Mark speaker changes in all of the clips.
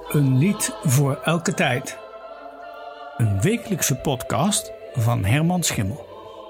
Speaker 1: Een lied voor elke tijd. Een wekelijkse podcast van Herman Schimmel.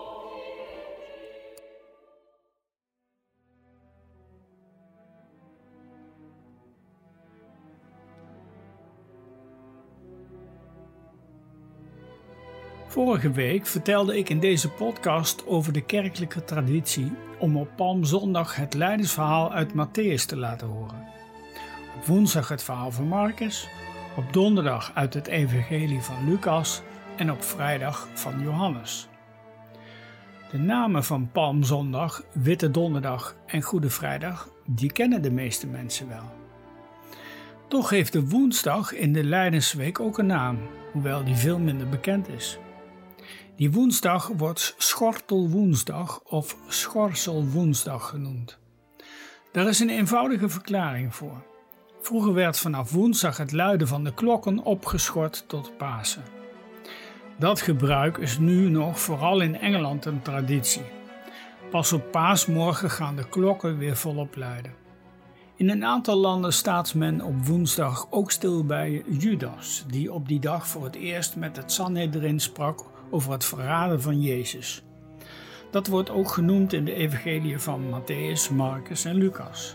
Speaker 1: Vorige week vertelde ik in deze podcast over de kerkelijke traditie om op Palmzondag het lijdensverhaal uit Mattheüs te laten horen. Op woensdag het verhaal van Marcus, op donderdag uit het evangelie van Lucas en op vrijdag van Johannes. De namen van Palmzondag, Witte Donderdag en Goede Vrijdag, die kennen de meeste mensen wel. Toch heeft de woensdag in de Lijdensweek ook een naam, hoewel die veel minder bekend is. Die woensdag wordt Schortelwoensdag of Schorselwoensdag genoemd. Daar is een eenvoudige verklaring voor. Vroeger werd vanaf woensdag het luiden van de klokken opgeschort tot Pasen. Dat gebruik is nu nog vooral in Engeland een traditie. Pas op Paasmorgen gaan de klokken weer volop luiden. In een aantal landen staat men op woensdag ook stil bij Judas, die op die dag voor het eerst met het Sanhedrin sprak over het verraden van Jezus. Dat wordt ook genoemd in de evangeliën van Mattheüs, Marcus en Lucas.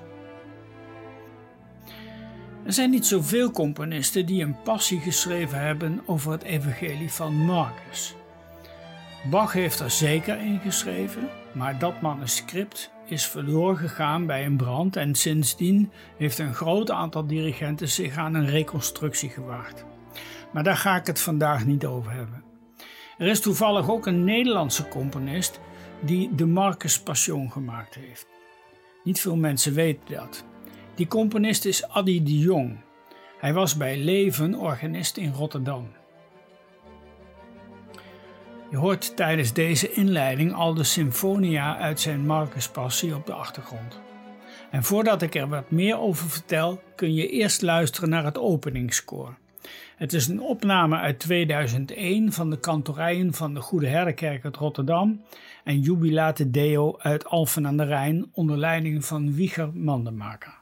Speaker 1: Er zijn niet zoveel componisten die een passie geschreven hebben over het evangelie van Marcus. Bach heeft er zeker in geschreven, maar dat manuscript is verloren gegaan bij een brand en sindsdien heeft een groot aantal dirigenten zich aan een reconstructie gewaagd. Maar daar ga ik het vandaag niet over hebben. Er is toevallig ook een Nederlandse componist die de Marcus Passion gemaakt heeft. Niet veel mensen weten dat. Die componist is Addy de Jong. Hij was bij leven organist in Rotterdam. Je hoort tijdens deze inleiding al de symfonia uit zijn Marcus Passie op de achtergrond. En voordat ik er wat meer over vertel, kun je eerst luisteren naar het openingskoor. Het is een opname uit 2001 van de kantorijen van de Goede Herderkerk uit Rotterdam en Jubilate Deo uit Alphen aan de Rijn onder leiding van Wieger Mandemaker.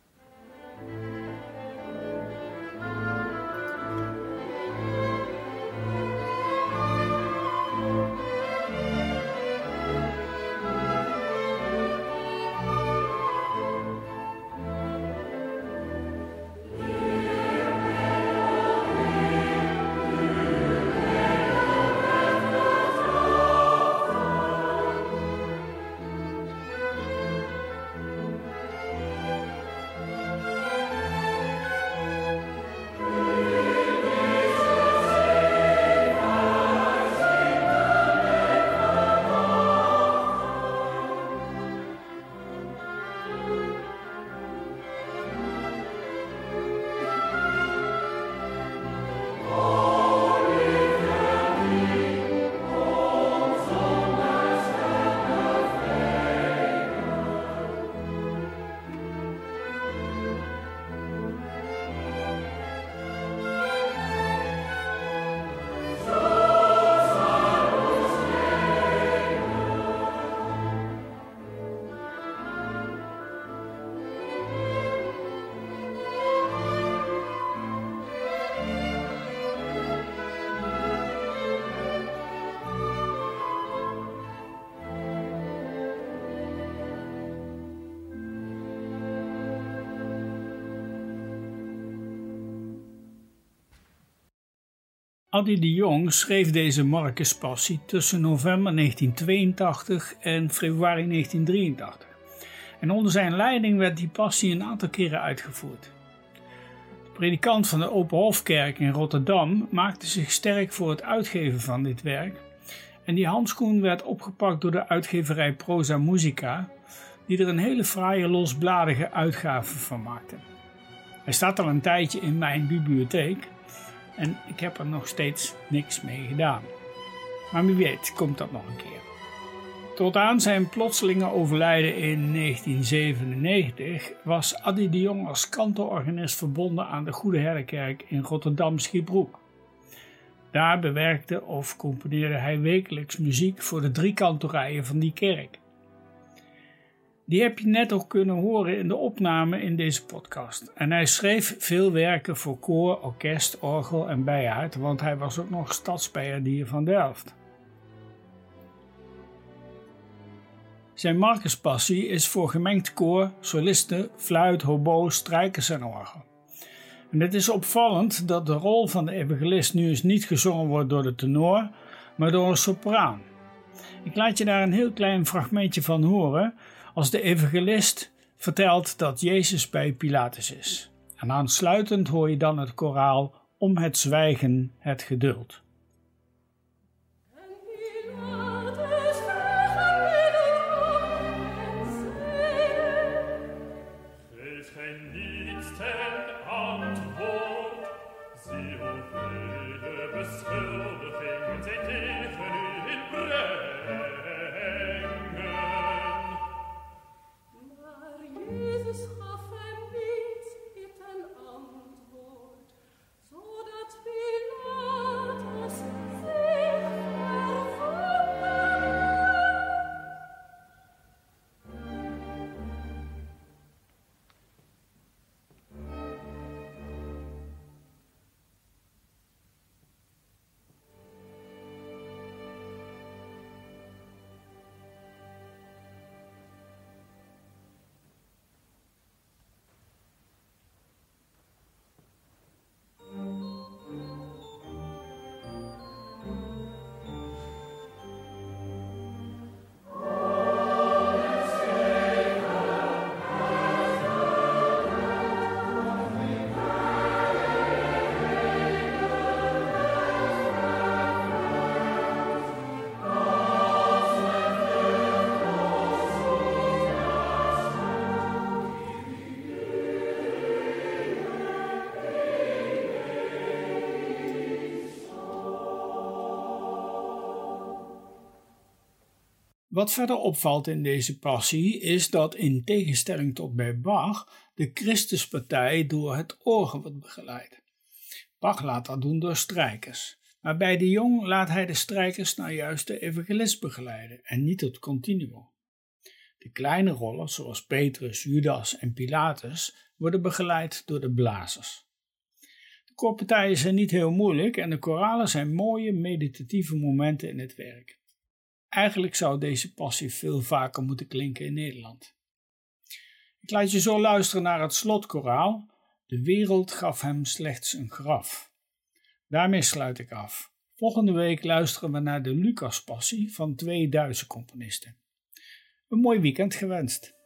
Speaker 1: Addy de Jong schreef deze Marcus Passie tussen november 1982 en februari 1983. En onder zijn leiding werd die passie een aantal keren uitgevoerd. De predikant van de Openhofkerk in Rotterdam maakte zich sterk voor het uitgeven van dit werk. En die handschoen werd opgepakt door de uitgeverij Prosa Musica, die er een hele fraaie losbladige uitgave van maakte. Hij staat al een tijdje in mijn bibliotheek. En ik heb er nog steeds niks mee gedaan. Maar wie weet komt dat nog een keer. Tot aan zijn plotselinge overlijden in 1997 was Addy de Jong als kantororganist verbonden aan de Goede Herderkerk in Rotterdam-Schiebroek. Daar bewerkte of componeerde hij wekelijks muziek voor de 3 kantorijen van die kerk. Die heb je net ook kunnen horen in de opname in deze podcast. En hij schreef veel werken voor koor, orkest, orgel en bijaard, want hij was ook nog stadsbijaardier van Delft. Zijn Marcuspassie is voor gemengd koor, solisten, fluit, hobo, strijkers en orgel. En het is opvallend dat de rol van de evangelist nu eens niet gezongen wordt door de tenor, maar door een sopraan. Ik laat je daar een heel klein fragmentje van horen als de evangelist vertelt dat Jezus bij Pilatus is. En aansluitend hoor je dan het koraal om het zwijgen, het geduld. Wat verder opvalt in deze passie is dat in tegenstelling tot bij Bach de Christuspartij door het orgel wordt begeleid. Bach laat dat doen door strijkers, maar bij de Jong laat hij de strijkers nou juist de evangelist begeleiden en niet het continuo. De kleine rollen zoals Petrus, Judas en Pilatus worden begeleid door de blazers. De koorpartijen zijn niet heel moeilijk en de koralen zijn mooie meditatieve momenten in het werk. Eigenlijk zou deze passie veel vaker moeten klinken in Nederland. Ik laat je zo luisteren naar het slotkoraal. De wereld gaf hem slechts een graf. Daarmee sluit ik af. Volgende week luisteren we naar de Lucaspassie van 2 Duitse componisten. Een mooi weekend gewenst.